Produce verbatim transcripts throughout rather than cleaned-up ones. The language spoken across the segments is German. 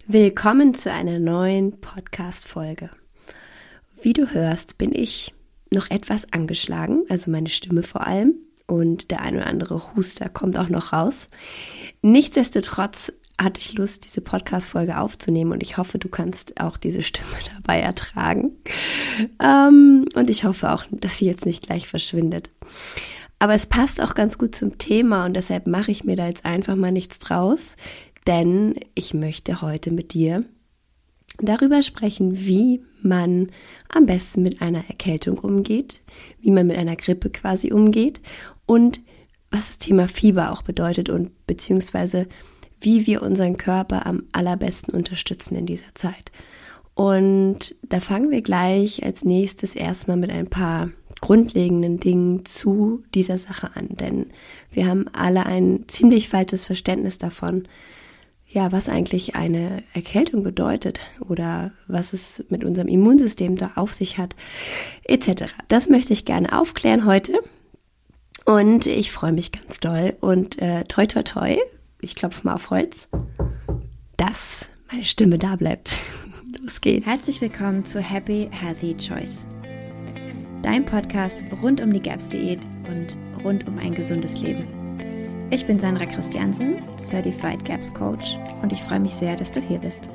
Willkommen zu einer neuen Podcast-Folge. Wie du hörst, bin ich noch etwas angeschlagen, also meine Stimme vor allem, und der ein oder andere Huster kommt auch noch raus. Nichtsdestotrotz hatte ich Lust, diese Podcast-Folge aufzunehmen und ich hoffe, du kannst auch diese Stimme dabei ertragen. Ähm, und ich hoffe auch, dass sie jetzt nicht gleich verschwindet. Aber es passt auch ganz gut zum Thema und deshalb mache ich mir da jetzt einfach mal nichts draus. Denn ich möchte heute mit dir darüber sprechen, wie man am besten mit einer Erkältung umgeht, wie man mit einer Grippe quasi umgeht und was das Thema Fieber auch bedeutet und beziehungsweise wie wir unseren Körper am allerbesten unterstützen in dieser Zeit. Und da fangen wir gleich als nächstes erstmal mit ein paar grundlegenden Dingen zu dieser Sache an, denn wir haben alle ein ziemlich falsches Verständnis davon, ja, was eigentlich eine Erkältung bedeutet oder was es mit unserem Immunsystem da auf sich hat, et cetera. Das möchte ich gerne aufklären heute und ich freue mich ganz doll und äh, toi toi toi, ich klopfe mal auf Holz, dass meine Stimme da bleibt. Los geht's. Herzlich willkommen zu Happy Healthy Choice, dein Podcast rund um die GAPS-Diät und rund um ein gesundes Leben. Ich bin Sandra Christiansen, Certified GAPS Coach und ich freue mich sehr, dass du hier bist.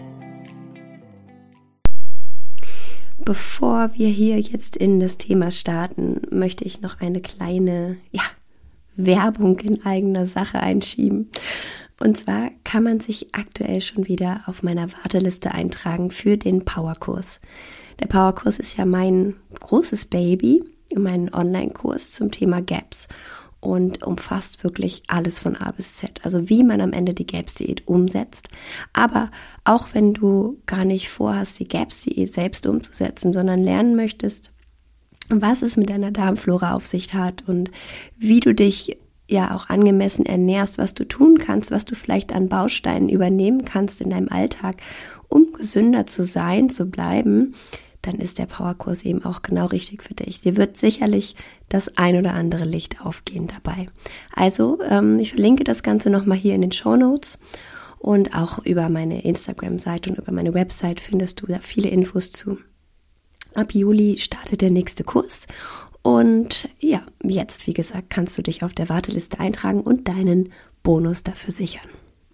Bevor wir hier jetzt in das Thema starten, möchte ich noch eine kleine ja, Werbung in eigener Sache einschieben. Und zwar kann man sich aktuell schon wieder auf meiner Warteliste eintragen für den Powerkurs. Der Powerkurs ist ja mein großes Baby, mein Online-Kurs zum Thema GAPS. Und umfasst wirklich alles von A bis Z. Also wie man am Ende die GAPS-Diät umsetzt. Aber auch wenn du gar nicht vorhast, die GAPS-Diät selbst umzusetzen, sondern lernen möchtest, was es mit deiner Darmflora auf sich hat und wie du dich ja auch angemessen ernährst, was du tun kannst, was du vielleicht an Bausteinen übernehmen kannst in deinem Alltag, um gesünder zu sein, zu bleiben, dann ist der Powerkurs eben auch genau richtig für dich. Dir wird sicherlich das ein oder andere Licht aufgehen dabei. Also, ähm, ich verlinke das Ganze nochmal hier in den Shownotes und auch über meine Instagram-Seite und über meine Website findest du da viele Infos zu. Ab Juli startet der nächste Kurs und ja, jetzt, wie gesagt, kannst du dich auf der Warteliste eintragen und deinen Bonus dafür sichern.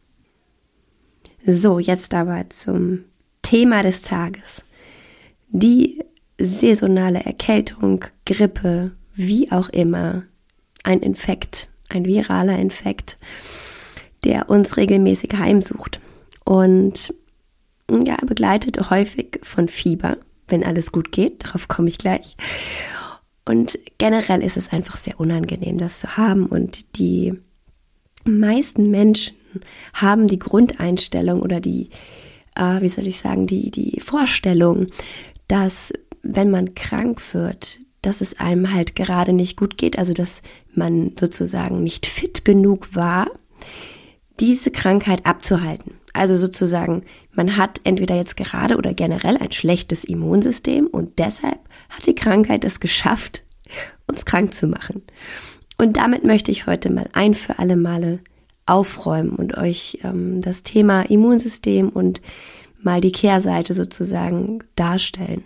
So, jetzt aber zum Thema des Tages. Die saisonale Erkältung, Grippe, wie auch immer, ein Infekt, ein viraler Infekt, der uns regelmäßig heimsucht und ja, begleitet häufig von Fieber, wenn alles gut geht, darauf komme ich gleich. Und generell ist es einfach sehr unangenehm, das zu haben und die meisten Menschen haben die Grundeinstellung oder die, äh, wie soll ich sagen, die, die Vorstellung, dass wenn man krank wird, dass es einem halt gerade nicht gut geht, also dass man sozusagen nicht fit genug war, diese Krankheit abzuhalten. Also sozusagen, man hat entweder jetzt gerade oder generell ein schlechtes Immunsystem und deshalb hat die Krankheit es geschafft, uns krank zu machen. Und damit möchte ich heute mal ein für alle Male aufräumen und euch ähm, das Thema Immunsystem und mal die Kehrseite sozusagen darstellen.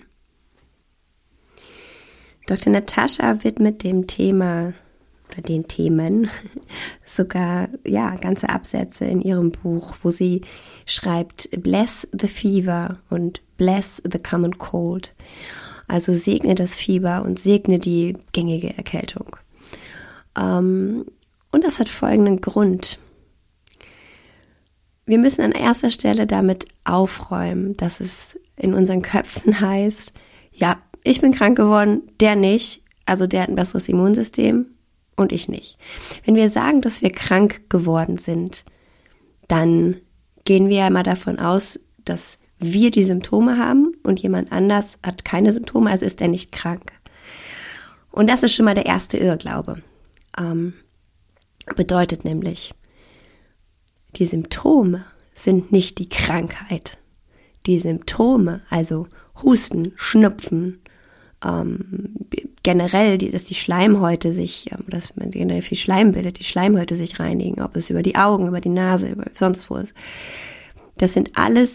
Doktor Natascha widmet dem Thema oder den Themen sogar ja ganze Absätze in ihrem Buch, wo sie schreibt, bless the fever und bless the common cold. Also segne das Fieber und segne die gängige Erkältung. Ähm, und das hat folgenden Grund. Wir müssen an erster Stelle damit aufräumen, dass es in unseren Köpfen heißt, ja, ich bin krank geworden, der nicht, also der hat ein besseres Immunsystem und ich nicht. Wenn wir sagen, dass wir krank geworden sind, dann gehen wir ja mal davon aus, dass wir die Symptome haben und jemand anders hat keine Symptome, also ist er nicht krank. Und das ist schon mal der erste Irrglaube. Ähm, bedeutet nämlich, die Symptome sind nicht die Krankheit. Die Symptome, also Husten, Schnupfen, ähm, generell, die, dass die Schleimhäute sich, ähm, dass man generell viel Schleim bildet, die Schleimhäute sich reinigen, ob es über die Augen, über die Nase, über sonst wo ist. Das sind alles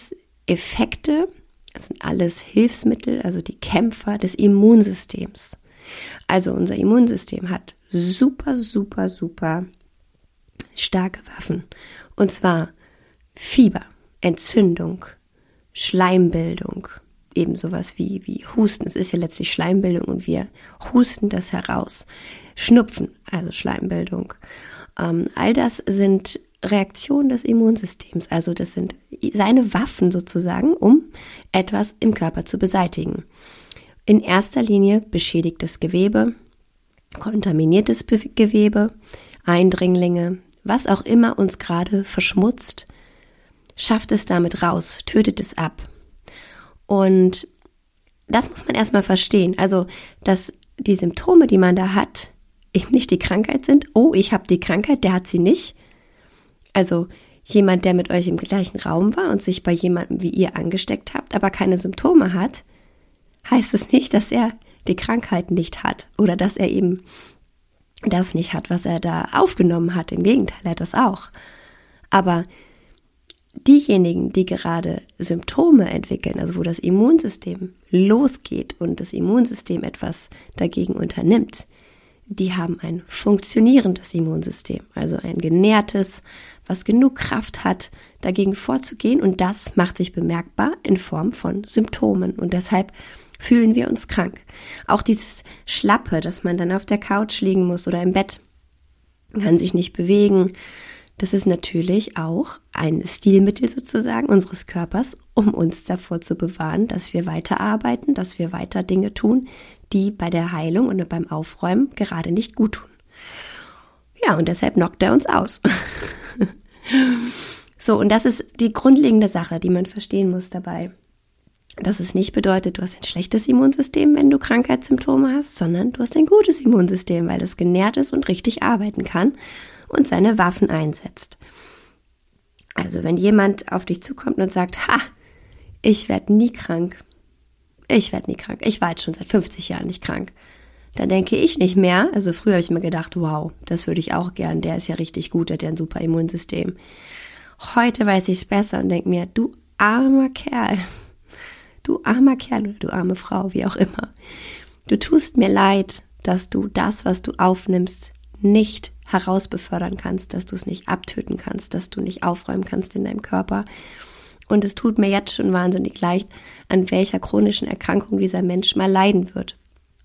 Effekte, das sind alles Hilfsmittel, also die Kämpfer des Immunsystems. Also unser Immunsystem hat super, super, super starke Waffen. Und zwar Fieber, Entzündung, Schleimbildung, eben sowas wie, wie Husten. Es ist ja letztlich Schleimbildung und wir husten das heraus. Schnupfen, also Schleimbildung. Ähm, all das sind Reaktionen des Immunsystems. Also das sind seine Waffen sozusagen, um etwas im Körper zu beseitigen. In erster Linie beschädigtes Gewebe, kontaminiertes Be- Gewebe, Eindringlinge, was auch immer uns gerade verschmutzt, schafft es damit raus, tötet es ab. Und das muss man erstmal verstehen. Also, dass die Symptome, die man da hat, eben nicht die Krankheit sind. Oh, ich habe die Krankheit, der hat sie nicht. Also jemand, der mit euch im gleichen Raum war und sich bei jemandem wie ihr angesteckt habt, aber keine Symptome hat, heißt es nicht, dass er die Krankheit nicht hat oder dass er eben das nicht hat, was er da aufgenommen hat. Im Gegenteil, er hat das auch. Aber diejenigen, die gerade Symptome entwickeln, also wo das Immunsystem losgeht und das Immunsystem etwas dagegen unternimmt, die haben ein funktionierendes Immunsystem, also ein genährtes, was genug Kraft hat, dagegen vorzugehen, und das macht sich bemerkbar in Form von Symptomen, und deshalb fühlen wir uns krank. Auch dieses Schlappe, dass man dann auf der Couch liegen muss oder im Bett, kann sich nicht bewegen, das ist natürlich auch ein Stilmittel sozusagen unseres Körpers, um uns davor zu bewahren, dass wir weiterarbeiten, dass wir weiter Dinge tun, die bei der Heilung und beim Aufräumen gerade nicht gut tun. Ja, und deshalb knockt er uns aus. So, und das ist die grundlegende Sache, die man verstehen muss dabei. Dass es nicht bedeutet, du hast ein schlechtes Immunsystem, wenn du Krankheitssymptome hast, sondern du hast ein gutes Immunsystem, weil es genährt ist und richtig arbeiten kann und seine Waffen einsetzt. Also wenn jemand auf dich zukommt und sagt, ha, ich werde nie krank, ich werde nie krank, ich war jetzt schon seit fünfzig Jahren nicht krank, dann denke ich nicht mehr, also früher habe ich mir gedacht, wow, das würde ich auch gern, der ist ja richtig gut, der hat ja ein super Immunsystem. Heute weiß ich es besser und denke mir, du armer Kerl, du armer Kerl oder du arme Frau, wie auch immer, du tust mir leid, dass du das, was du aufnimmst, nicht herausbefördern kannst, dass du es nicht abtöten kannst, dass du nicht aufräumen kannst in deinem Körper. Und es tut mir jetzt schon wahnsinnig leid, an welcher chronischen Erkrankung dieser Mensch mal leiden wird.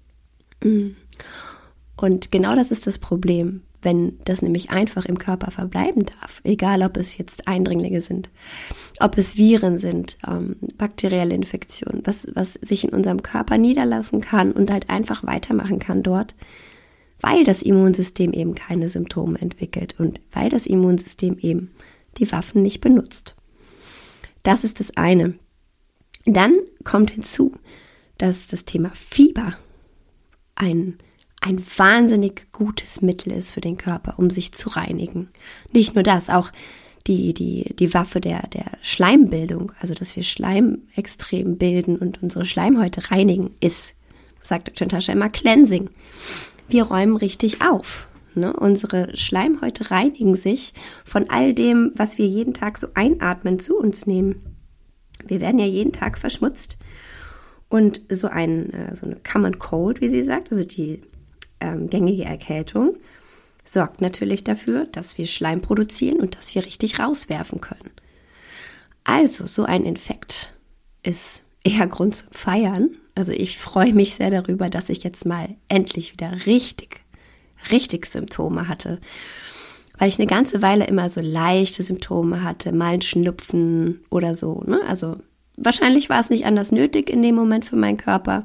Und genau das ist das Problem, wenn das nämlich einfach im Körper verbleiben darf, egal ob es jetzt Eindringlinge sind, ob es Viren sind, ähm, bakterielle Infektionen, was, was sich in unserem Körper niederlassen kann und halt einfach weitermachen kann dort, weil das Immunsystem eben keine Symptome entwickelt und weil das Immunsystem eben die Waffen nicht benutzt. Das ist das eine. Dann kommt hinzu, dass das Thema Fieber ein, ein wahnsinnig gutes Mittel ist für den Körper, um sich zu reinigen. Nicht nur das, auch die, die, die Waffe der, der Schleimbildung, also dass wir Schleim extrem bilden und unsere Schleimhäute reinigen, ist, sagt Doktor Natascha immer, Cleansing. Wir räumen richtig auf. Ne? Unsere Schleimhäute reinigen sich von all dem, was wir jeden Tag so einatmen, zu uns nehmen. Wir werden ja jeden Tag verschmutzt. Und so, ein, so eine Common Cold, wie sie sagt, also die ähm, gängige Erkältung, sorgt natürlich dafür, dass wir Schleim produzieren und dass wir richtig rauswerfen können. Also so ein Infekt ist eher Grund zum Feiern. Also ich freue mich sehr darüber, dass ich jetzt mal endlich wieder richtig, richtig Symptome hatte. Weil ich eine ganze Weile immer so leichte Symptome hatte, mal ein Schnupfen oder so. Ne? Also wahrscheinlich war es nicht anders nötig in dem Moment für meinen Körper.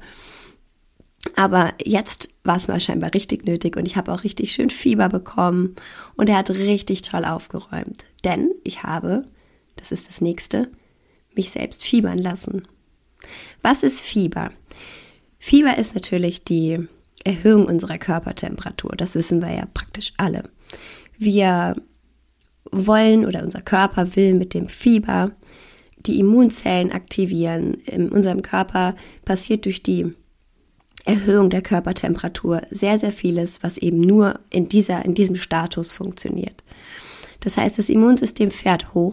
Aber jetzt war es mal scheinbar richtig nötig und ich habe auch richtig schön Fieber bekommen. Und er hat richtig toll aufgeräumt. Denn ich habe, das ist das Nächste, mich selbst fiebern lassen. Was ist Fieber? Fieber ist natürlich die Erhöhung unserer Körpertemperatur. Das wissen wir ja praktisch alle. Wir wollen oder unser Körper will mit dem Fieber die Immunzellen aktivieren. In unserem Körper passiert durch die Erhöhung der Körpertemperatur sehr, sehr vieles, was eben nur in dieser, in diesem Status funktioniert. Das heißt, das Immunsystem fährt hoch.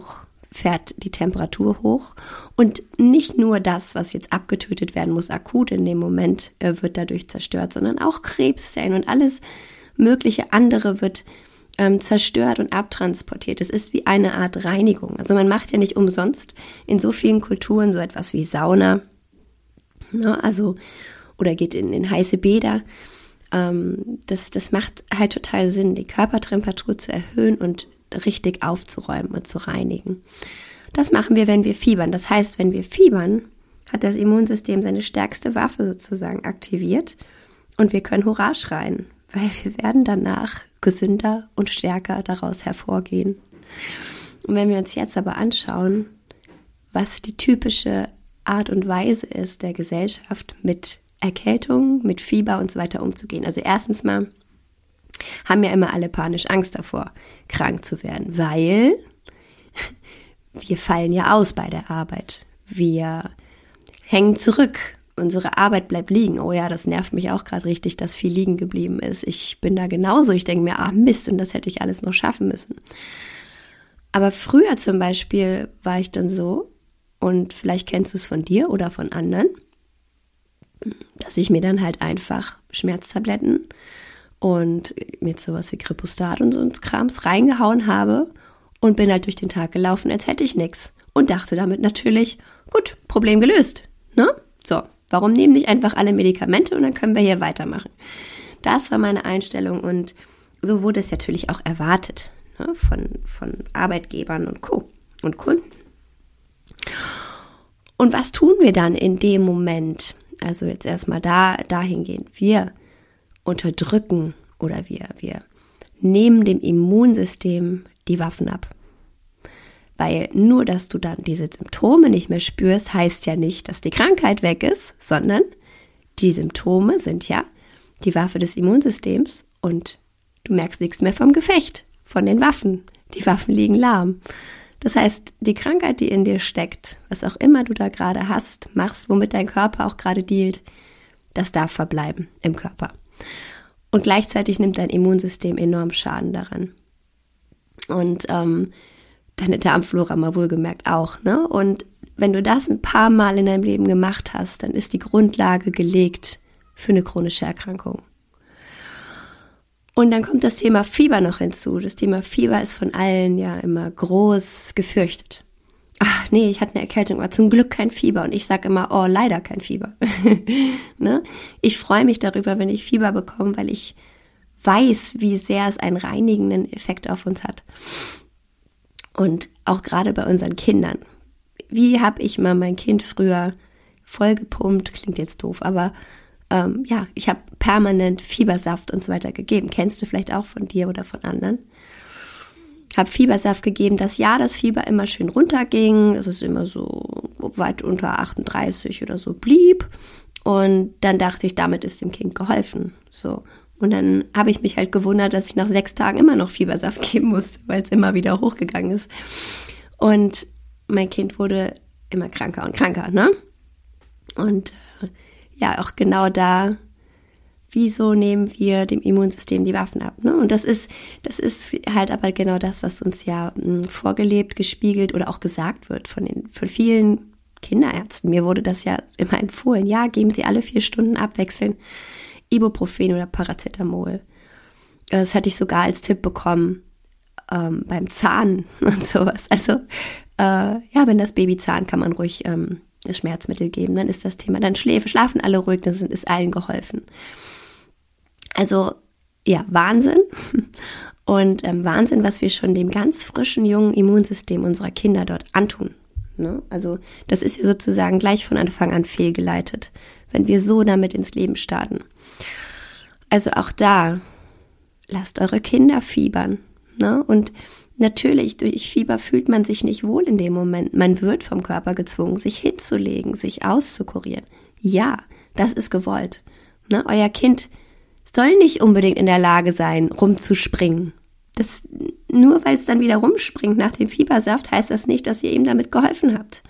fährt die Temperatur hoch und nicht nur das, was jetzt abgetötet werden muss, akut in dem Moment, äh, wird dadurch zerstört, sondern auch Krebszellen und alles mögliche andere wird ähm, zerstört und abtransportiert. Es ist wie eine Art Reinigung. Also man macht ja nicht umsonst in so vielen Kulturen so etwas wie Sauna, ne? Also oder geht in, in heiße Bäder. Ähm, das, das macht halt total Sinn, die Körpertemperatur zu erhöhen und richtig aufzuräumen und zu reinigen. Das machen wir, wenn wir fiebern. Das heißt, wenn wir fiebern, hat das Immunsystem seine stärkste Waffe sozusagen aktiviert und wir können Hurra schreien, weil wir werden danach gesünder und stärker daraus hervorgehen. Und wenn wir uns jetzt aber anschauen, was die typische Art und Weise ist der Gesellschaft, mit Erkältung, mit Fieber und so weiter umzugehen. Also erstens mal haben ja immer alle panisch Angst davor, krank zu werden, weil wir fallen ja aus bei der Arbeit. Wir hängen zurück. Unsere Arbeit bleibt liegen. Oh ja, das nervt mich auch gerade richtig, dass viel liegen geblieben ist. Ich bin da genauso. Ich denke mir, ah Mist, und das hätte ich alles noch schaffen müssen. Aber früher zum Beispiel war ich dann so, und vielleicht kennst du es von dir oder von anderen, dass ich mir dann halt einfach Schmerztabletten und mir sowas wie Kripostat und so ein Krams reingehauen habe und bin halt durch den Tag gelaufen, als hätte ich nichts. Und dachte damit natürlich, gut, Problem gelöst, ne? So, warum nehmen nicht einfach alle Medikamente und dann können wir hier weitermachen? Das war meine Einstellung und so wurde es natürlich auch erwartet, ne? Von, von Arbeitgebern und Co. und Kunden. Und was tun wir dann in dem Moment? Also jetzt erstmal da, dahingehend. Wir unterdrücken oder wir, wir nehmen dem Immunsystem die Waffen ab. Weil nur, dass du dann diese Symptome nicht mehr spürst, heißt ja nicht, dass die Krankheit weg ist, sondern die Symptome sind ja die Waffe des Immunsystems und du merkst nichts mehr vom Gefecht, von den Waffen. Die Waffen liegen lahm. Das heißt, die Krankheit, die in dir steckt, was auch immer du da gerade hast, machst, womit dein Körper auch gerade dealt, das darf verbleiben im Körper. Und gleichzeitig nimmt dein Immunsystem enorm Schaden daran. Und ähm, deine Darmflora mal wohlgemerkt auch, ne? Und wenn du das ein paar Mal in deinem Leben gemacht hast, dann ist die Grundlage gelegt für eine chronische Erkrankung. Und dann kommt das Thema Fieber noch hinzu. Das Thema Fieber ist von allen ja immer groß gefürchtet. Ach nee, ich hatte eine Erkältung, aber zum Glück kein Fieber. Und ich sage immer, oh, leider kein Fieber. Ne? Ich freue mich darüber, wenn ich Fieber bekomme, weil ich weiß, wie sehr es einen reinigenden Effekt auf uns hat. Und auch gerade bei unseren Kindern. Wie habe ich mal mein Kind früher vollgepumpt? Klingt jetzt doof, aber ähm, ja, ich habe permanent Fiebersaft und so weiter gegeben. Kennst du vielleicht auch von dir oder von anderen? Habe Fiebersaft gegeben, dass ja das Fieber immer schön runterging, dass es immer so weit unter achtunddreißig oder so blieb. Und dann dachte ich, damit ist dem Kind geholfen. So. Und dann habe ich mich halt gewundert, dass ich nach sechs Tagen immer noch Fiebersaft geben musste, weil es immer wieder hochgegangen ist. Und mein Kind wurde immer kranker und kranker, ne? Und äh, ja, auch genau da, wieso nehmen wir dem Immunsystem die Waffen ab, ne? Und das ist, das ist halt aber genau das, was uns ja mh, vorgelebt, gespiegelt oder auch gesagt wird von den, von vielen Kinderärzten. Mir wurde das ja immer empfohlen. Ja, geben Sie alle vier Stunden abwechselnd Ibuprofen oder Paracetamol. Das hatte ich sogar als Tipp bekommen ähm, beim Zahn und sowas. Also äh, ja, wenn das Baby zahnt, kann man ruhig ähm, das Schmerzmittel geben. Dann ist das Thema, dann schläfe, schlafen alle ruhig, dann sind, ist allen geholfen. Also ja, Wahnsinn. Und ähm, Wahnsinn, was wir schon dem ganz frischen, jungen Immunsystem unserer Kinder dort antun. Ne? Also das ist ja sozusagen gleich von Anfang an fehlgeleitet, wenn wir so damit ins Leben starten. Also auch da, lasst eure Kinder fiebern. Ne? Und natürlich, durch Fieber fühlt man sich nicht wohl in dem Moment. Man wird vom Körper gezwungen, sich hinzulegen, sich auszukurieren. Ja, das ist gewollt. Ne? Euer Kind soll nicht unbedingt in der Lage sein, rumzuspringen. Das, nur weil es dann wieder rumspringt nach dem Fiebersaft, heißt das nicht, dass ihr ihm damit geholfen habt.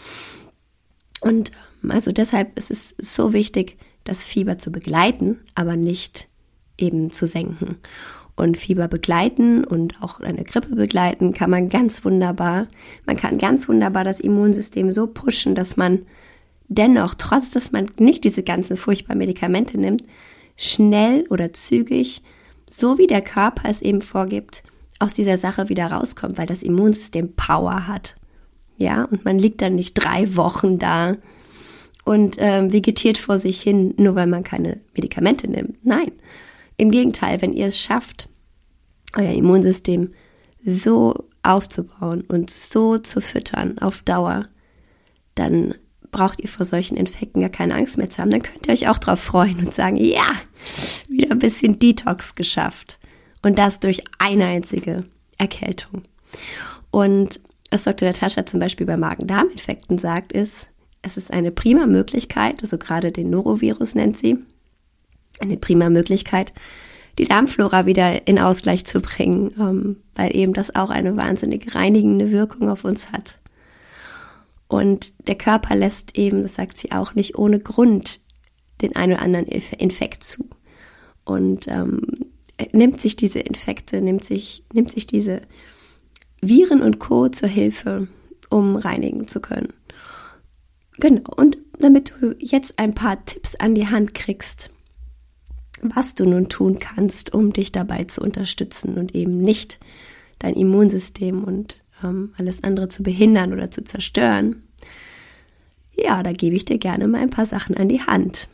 Und also deshalb ist es so wichtig, das Fieber zu begleiten, aber nicht eben zu senken. Und Fieber begleiten und auch eine Grippe begleiten kann man ganz wunderbar. Man kann ganz wunderbar das Immunsystem so pushen, dass man dennoch, trotz dass man nicht diese ganzen furchtbaren Medikamente nimmt, schnell oder zügig, so wie der Körper es eben vorgibt, aus dieser Sache wieder rauskommt, weil das Immunsystem Power hat. Ja, und man liegt dann nicht drei Wochen da und ähm, vegetiert vor sich hin, nur weil man keine Medikamente nimmt. Nein, im Gegenteil, wenn ihr es schafft, euer Immunsystem so aufzubauen und so zu füttern auf Dauer, dann braucht ihr vor solchen Infekten gar keine Angst mehr zu haben. Dann könnt ihr euch auch drauf freuen und sagen, ja, wieder ein bisschen Detox geschafft. Und das durch eine einzige Erkältung. Und was Doktor Natascha zum Beispiel bei Magen-Darm-Infekten sagt, ist, es ist eine prima Möglichkeit, also gerade den Norovirus nennt sie, eine prima Möglichkeit, die Darmflora wieder in Ausgleich zu bringen, ähm, weil eben das auch eine wahnsinnig reinigende Wirkung auf uns hat. Und der Körper lässt eben, das sagt sie auch, nicht ohne Grund den einen oder anderen Infekt zu. Und ähm, nimmt sich diese Infekte, nimmt sich, nimmt sich diese Viren und Co. zur Hilfe, um reinigen zu können. Genau, und damit du jetzt ein paar Tipps an die Hand kriegst, was du nun tun kannst, um dich dabei zu unterstützen und eben nicht dein Immunsystem und ähm, alles andere zu behindern oder zu zerstören, ja, da gebe ich dir gerne mal ein paar Sachen an die Hand.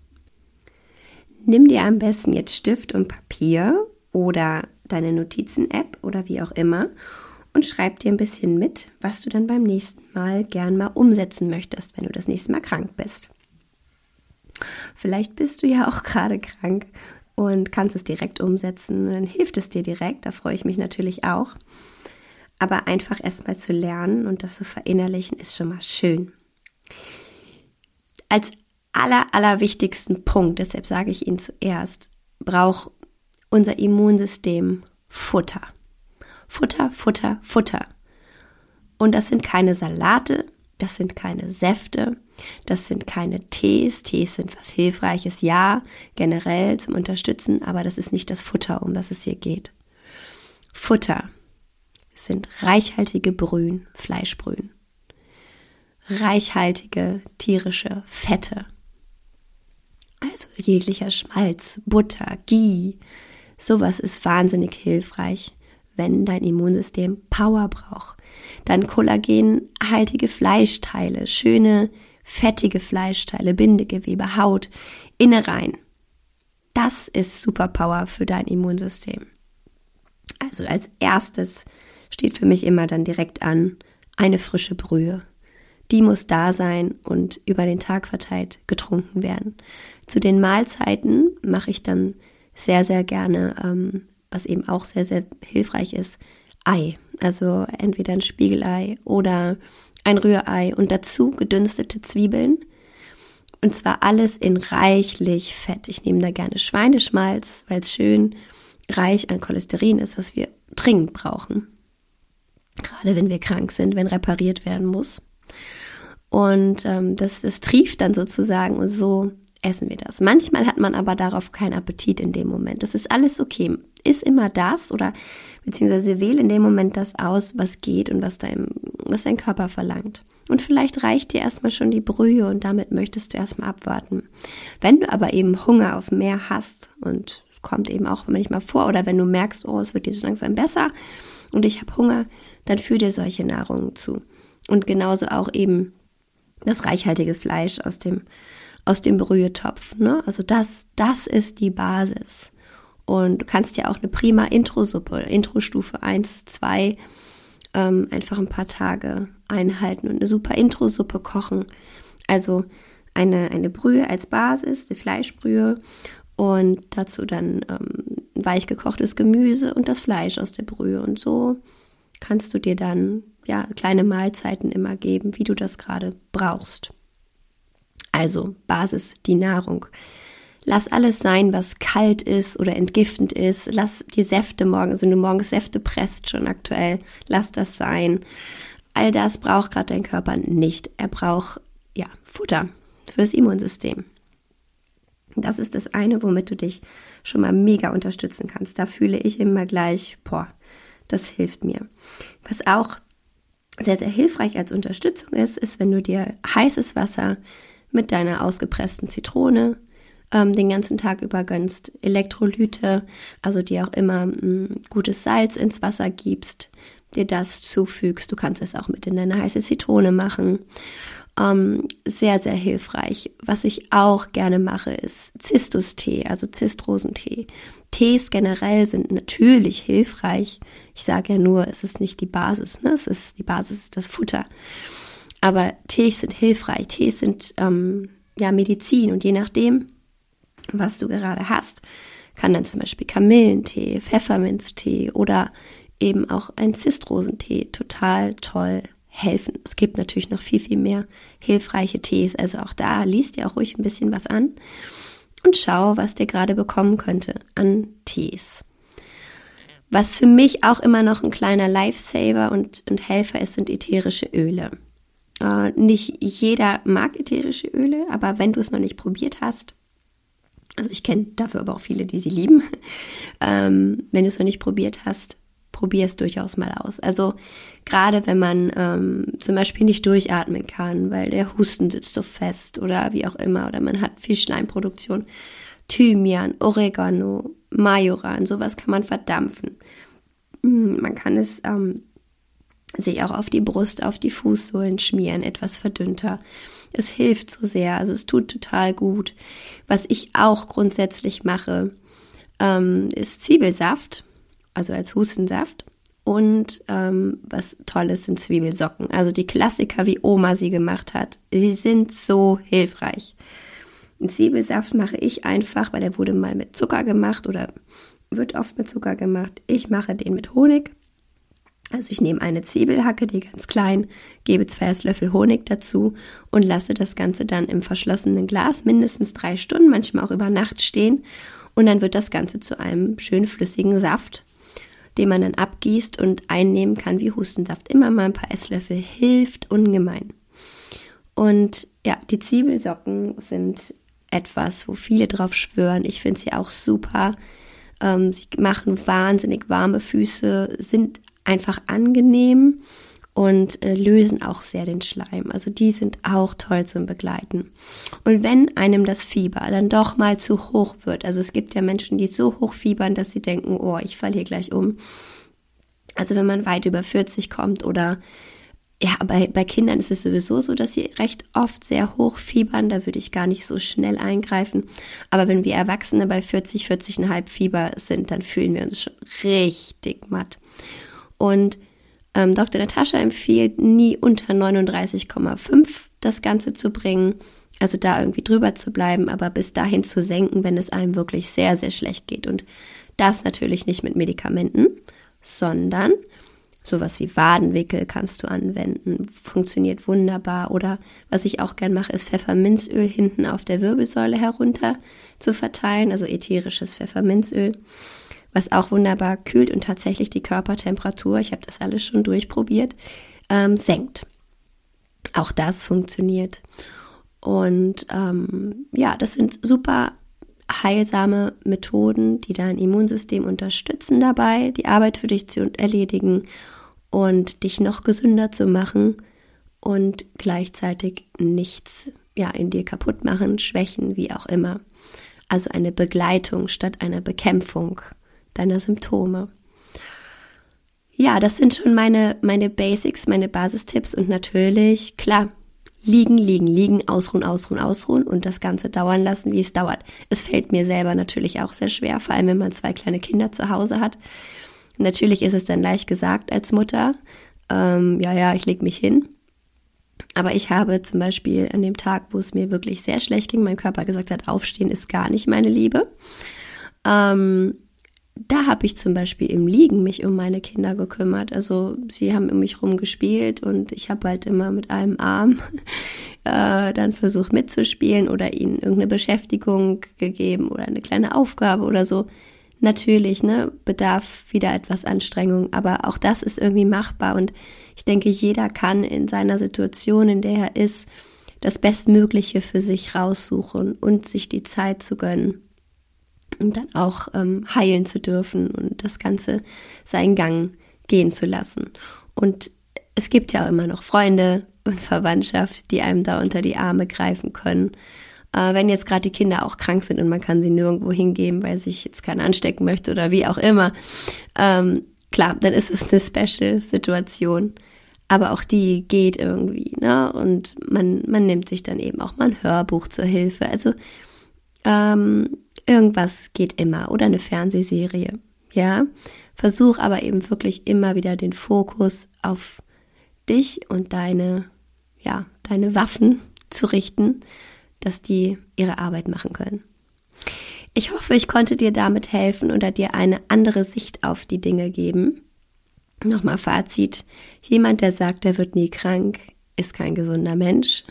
Nimm dir am besten jetzt Stift und Papier oder deine Notizen-App oder wie auch immer und schreib dir ein bisschen mit, was du dann beim nächsten Mal gern mal umsetzen möchtest, wenn du das nächste Mal krank bist. Vielleicht bist du ja auch gerade krank und kannst es direkt umsetzen und dann hilft es dir direkt, da freue ich mich natürlich auch. Aber einfach erst mal zu lernen und das zu verinnerlichen, ist schon mal schön. Als aller, allerwichtigsten Punkt, deshalb sage ich Ihnen zuerst, braucht unser Immunsystem Futter. Futter, Futter, Futter. Und das sind keine Salate, das sind keine Säfte, das sind keine Tees. Tees sind was Hilfreiches, ja, generell zum Unterstützen, aber das ist nicht das Futter, um das es hier geht. Futter sind reichhaltige Brühen, Fleischbrühen, reichhaltige tierische Fette, also jeglicher Schmalz, Butter, Ghee, sowas ist wahnsinnig hilfreich, wenn dein Immunsystem Power braucht. Dann kollagenhaltige Fleischteile, schöne, fettige Fleischteile, Bindegewebe, Haut, Innereien. Das ist Superpower für dein Immunsystem. Also als erstes steht für mich immer dann direkt an eine frische Brühe. Die muss da sein und über den Tag verteilt getrunken werden. Zu den Mahlzeiten mache ich dann sehr, sehr gerne, ähm, was eben auch sehr, sehr hilfreich ist, Ei. Also entweder ein Spiegelei oder ein Rührei und dazu gedünstete Zwiebeln. Und zwar alles in reichlich Fett. Ich nehme da gerne Schweineschmalz, weil es schön reich an Cholesterin ist, was wir dringend brauchen. Gerade wenn wir krank sind, wenn repariert werden muss. Und ähm, das, das trieft dann sozusagen und so essen wir das. Manchmal hat man aber darauf keinen Appetit in dem Moment. Das ist alles okay. Ist immer das oder beziehungsweise wähle in dem Moment das aus, was geht und was dein, was dein Körper verlangt. Und vielleicht reicht dir erstmal schon die Brühe und damit möchtest du erstmal abwarten. Wenn du aber eben Hunger auf mehr hast und es kommt eben auch manchmal vor oder wenn du merkst, oh, es wird dir so langsam besser und ich habe Hunger, dann führ dir solche Nahrungen zu. Und genauso auch eben das reichhaltige Fleisch aus dem, aus dem Brühetopf, ne? Also das, das ist die Basis. Und du kannst ja auch eine prima Introsuppe, Introstufe eins, zwei, ähm, einfach ein paar Tage einhalten und eine super Introsuppe kochen. Also eine, eine Brühe als Basis, eine Fleischbrühe und dazu dann ähm, weich gekochtes Gemüse und das Fleisch aus der Brühe. Und so kannst du dir dann ja kleine Mahlzeiten immer geben, wie du das gerade brauchst. Also Basis, die Nahrung. Lass alles sein, was kalt ist oder entgiftend ist. Lass die Säfte morgens, also wenn du morgens Säfte presst, schon aktuell, lass das sein. All das braucht gerade dein Körper nicht. Er braucht ja Futter fürs Immunsystem. Das ist das eine, womit du dich schon mal mega unterstützen kannst. Da fühle ich immer gleich, boah, das hilft mir. Was auch sehr, sehr hilfreich als Unterstützung ist, ist, wenn du dir heißes Wasser mit deiner ausgepressten Zitrone ähm, den ganzen Tag über gönnst, Elektrolyte, also dir auch immer m, gutes Salz ins Wasser gibst, dir das zufügst. Du kannst es auch mit in deine heiße Zitrone machen. Ähm, sehr, sehr hilfreich. Was ich auch gerne mache, ist Zistus-Tee, also Zistrosentee. Tees generell sind natürlich hilfreich. Ich sage ja nur, es ist nicht die Basis, ne? Es ist die Basis ist das Futter. Aber Tees sind hilfreich. Tees sind ähm, ja Medizin und je nachdem, was du gerade hast, kann dann zum Beispiel Kamillentee, Pfefferminztee oder eben auch ein Zistrosentee total toll helfen. Es gibt natürlich noch viel, viel mehr hilfreiche Tees. Also auch da liest dir auch ruhig ein bisschen was an und schau, was dir gerade bekommen könnte an Tees. Was für mich auch immer noch ein kleiner Lifesaver und, und Helfer ist, sind ätherische Öle. Äh, nicht jeder mag ätherische Öle, aber wenn du es noch nicht probiert hast, also ich kenne dafür aber auch viele, die sie lieben, ähm, wenn du es noch nicht probiert hast, probier es durchaus mal aus. Also gerade wenn man ähm, zum Beispiel nicht durchatmen kann, weil der Husten sitzt so fest oder wie auch immer, oder man hat viel Schleimproduktion, Thymian, Oregano, Majoran, sowas kann man verdampfen. Man kann es ähm, sich auch auf die Brust, auf die Fußsohlen schmieren, etwas verdünnter. Es hilft so sehr, also es tut total gut. Was ich auch grundsätzlich mache, ähm, ist Zwiebelsaft, also als Hustensaft. Und ähm, was Tolles sind Zwiebelsocken. Also die Klassiker, wie Oma sie gemacht hat. Sie sind so hilfreich. Einen Zwiebelsaft mache ich einfach, weil der wurde mal mit Zucker gemacht oder wird oft mit Zucker gemacht. Ich mache den mit Honig. Also ich nehme eine Zwiebelhacke, die ganz klein, gebe zwei Esslöffel Honig dazu und lasse das Ganze dann im verschlossenen Glas mindestens drei Stunden, manchmal auch über Nacht stehen. Und dann wird das Ganze zu einem schön flüssigen Saft, den man dann abgießt und einnehmen kann wie Hustensaft. Immer mal ein paar Esslöffel, hilft ungemein. Und ja, die Zwiebelsocken sind etwas, wo viele drauf schwören. Ich finde sie auch super. Ähm, sie machen wahnsinnig warme Füße, sind einfach angenehm und äh, lösen auch sehr den Schleim. Also die sind auch toll zum Begleiten. Und wenn einem das Fieber dann doch mal zu hoch wird, also es gibt ja Menschen, die so hoch fiebern, dass sie denken, oh, ich falle hier gleich um. Also wenn man weit über vierzig kommt oder ja, bei, bei Kindern ist es sowieso so, dass sie recht oft sehr hoch fiebern, da würde ich gar nicht so schnell eingreifen. Aber wenn wir Erwachsene bei vierzig, vierzig Komma fünf Fieber sind, dann fühlen wir uns schon richtig matt. Und ähm, Doktor Natascha empfiehlt, nie unter neununddreißig Komma fünf das Ganze zu bringen, also da irgendwie drüber zu bleiben, aber bis dahin zu senken, wenn es einem wirklich sehr, sehr schlecht geht. Und das natürlich nicht mit Medikamenten, sondern sowas wie Wadenwickel kannst du anwenden, funktioniert wunderbar. Oder was ich auch gern mache, ist Pfefferminzöl hinten auf der Wirbelsäule herunter zu verteilen, also ätherisches Pfefferminzöl, was auch wunderbar kühlt und tatsächlich die Körpertemperatur, ich habe das alles schon durchprobiert, ähm, senkt. Auch das funktioniert. Und ähm, ja, das sind super heilsame Methoden, die dein Immunsystem unterstützen dabei, die Arbeit für dich zu erledigen und dich noch gesünder zu machen und gleichzeitig nichts ja, in dir kaputt machen, schwächen, wie auch immer. Also eine Begleitung statt einer Bekämpfung deiner Symptome. Ja, das sind schon meine, meine Basics, meine Basistipps und natürlich, klar, liegen, liegen, liegen, ausruhen, ausruhen, ausruhen und das Ganze dauern lassen, wie es dauert. Es fällt mir selber natürlich auch sehr schwer, vor allem wenn man zwei kleine Kinder zu Hause hat. Natürlich ist es dann leicht gesagt als Mutter, ähm, ja, ja, ich leg mich hin. Aber ich habe zum Beispiel an dem Tag, wo es mir wirklich sehr schlecht ging, mein Körper gesagt hat, aufstehen ist gar nicht meine Liebe. Ähm, Da habe ich zum Beispiel im Liegen mich um meine Kinder gekümmert. Also sie haben um mich rum gespielt und ich habe halt immer mit einem Arm äh, dann versucht mitzuspielen oder ihnen irgendeine Beschäftigung gegeben oder eine kleine Aufgabe oder so. Natürlich, ne, bedarf wieder etwas Anstrengung, aber auch das ist irgendwie machbar und ich denke, jeder kann in seiner Situation, in der er ist, das Bestmögliche für sich raussuchen und sich die Zeit zu gönnen. und dann auch ähm, heilen zu dürfen und das Ganze seinen Gang gehen zu lassen. Und es gibt ja auch immer noch Freunde und Verwandtschaft, die einem da unter die Arme greifen können. Äh, wenn jetzt gerade die Kinder auch krank sind und man kann sie nirgendwo hingeben, weil sich jetzt keiner anstecken möchte oder wie auch immer, ähm, klar, dann ist es eine Special-Situation. Aber auch die geht irgendwie, ne? Und man, man nimmt sich dann eben auch mal ein Hörbuch zur Hilfe. Also ähm, irgendwas geht immer oder eine Fernsehserie, ja. Versuch aber eben wirklich immer wieder den Fokus auf dich und deine, ja, deine Waffen zu richten, dass die ihre Arbeit machen können. Ich hoffe, ich konnte dir damit helfen oder dir eine andere Sicht auf die Dinge geben. Nochmal Fazit. Jemand, der sagt, er wird nie krank, ist kein gesunder Mensch.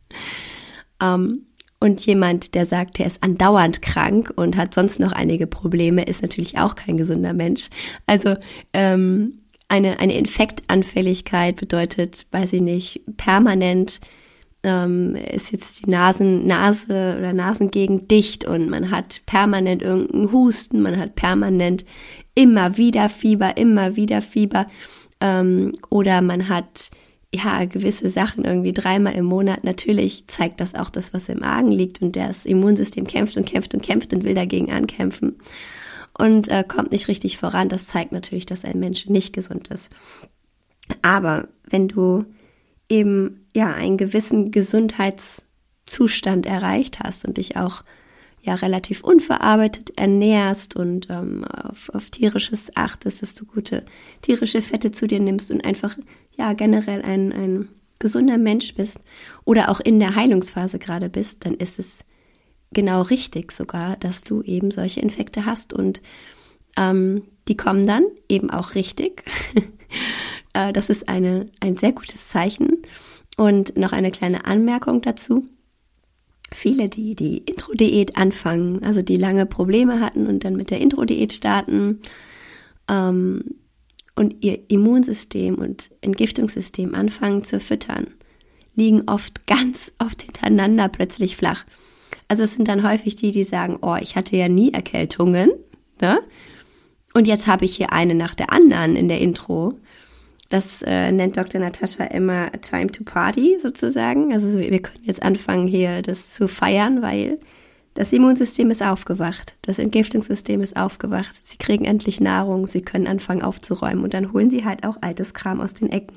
Ähm, und jemand, der sagt, er ist andauernd krank und hat sonst noch einige Probleme, ist natürlich auch kein gesunder Mensch. Also ähm, eine, eine Infektanfälligkeit bedeutet, weiß ich nicht, permanent ähm, ist jetzt die Nasen, Nase oder Nasengegend dicht und man hat permanent irgendeinen Husten, man hat permanent immer wieder Fieber, immer wieder Fieber ähm, oder man hat ja gewisse Sachen irgendwie dreimal im Monat. Natürlich zeigt das auch das, was im Magen liegt und das Immunsystem kämpft und kämpft und kämpft und will dagegen ankämpfen und äh, kommt nicht richtig voran. Das zeigt natürlich, dass ein Mensch nicht gesund ist. Aber wenn du eben ja einen gewissen Gesundheitszustand erreicht hast und dich auch ja relativ unverarbeitet ernährst und ähm, auf, auf tierisches achtest, dass du gute tierische Fette zu dir nimmst und einfach ja generell ein, ein gesunder Mensch bist oder auch in der Heilungsphase gerade bist, dann ist es genau richtig sogar, dass du eben solche Infekte hast und ähm, die kommen dann eben auch richtig. äh, das ist eine, ein sehr gutes Zeichen. Und noch eine kleine Anmerkung dazu. Viele, die die Intro-Diät anfangen, also die lange Probleme hatten und dann mit der Intro-Diät starten ähm, und ihr Immunsystem und Entgiftungssystem anfangen zu füttern, liegen oft ganz oft hintereinander plötzlich flach. Also es sind dann häufig die, die sagen, oh, ich hatte ja nie Erkältungen, ne? Und jetzt habe ich hier eine nach der anderen in der Intro. Das äh, nennt Doktor Natascha immer Time to Party sozusagen. Also wir können jetzt anfangen hier das zu feiern, weil das Immunsystem ist aufgewacht, das Entgiftungssystem ist aufgewacht. Sie kriegen endlich Nahrung, sie können anfangen aufzuräumen und dann holen sie halt auch altes Kram aus den Ecken.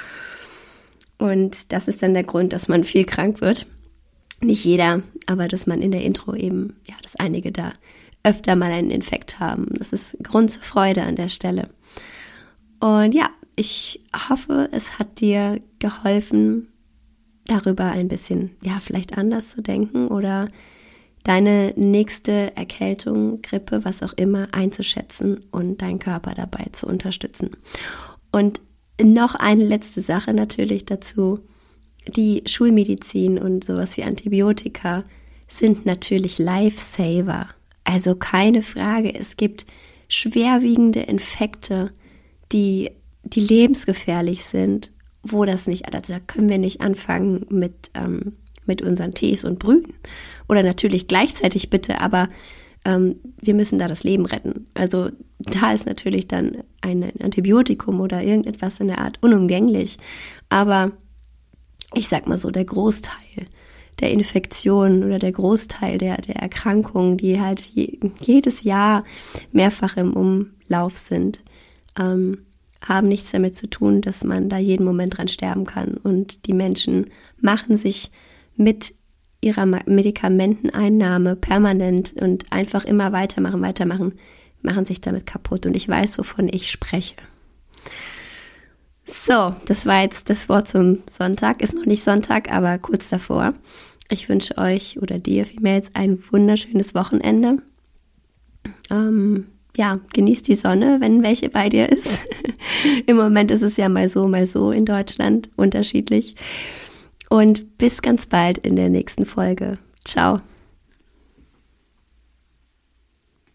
Und das ist dann der Grund, dass man viel krank wird. Nicht jeder, aber dass man in der Intro eben, ja, dass einige da öfter mal einen Infekt haben. Das ist Grund zur Freude an der Stelle. Und ja, ich hoffe, es hat dir geholfen, darüber ein bisschen, ja, vielleicht anders zu denken oder deine nächste Erkältung, Grippe, was auch immer, einzuschätzen und deinen Körper dabei zu unterstützen. Und noch eine letzte Sache natürlich dazu. Die Schulmedizin und sowas wie Antibiotika sind natürlich Lifesaver. Also keine Frage, es gibt schwerwiegende Infekte, die die lebensgefährlich sind, wo das nicht, also da können wir nicht anfangen mit, ähm, mit unseren Tees und Brühen. Oder natürlich gleichzeitig bitte, aber ähm, wir müssen da das Leben retten. Also da ist natürlich dann ein Antibiotikum oder irgendetwas in der Art unumgänglich. Aber ich sag mal so, der Großteil der Infektionen oder der Großteil der, der Erkrankungen, die halt je, jedes Jahr mehrfach im Umlauf sind, ähm, haben nichts damit zu tun, dass man da jeden Moment dran sterben kann. Und die Menschen machen sich mit ihrer Medikamenteneinnahme permanent und einfach immer weitermachen, weitermachen, machen sich damit kaputt. Und ich weiß, wovon ich spreche. So, das war jetzt das Wort zum Sonntag. Ist noch nicht Sonntag, aber kurz davor. Ich wünsche euch oder dir vielmehr jetzt ein wunderschönes Wochenende. Ähm, ja, genießt die Sonne, wenn welche bei dir ist. Im Moment ist es ja mal so, mal so in Deutschland, unterschiedlich. Und bis ganz bald in der nächsten Folge. Ciao.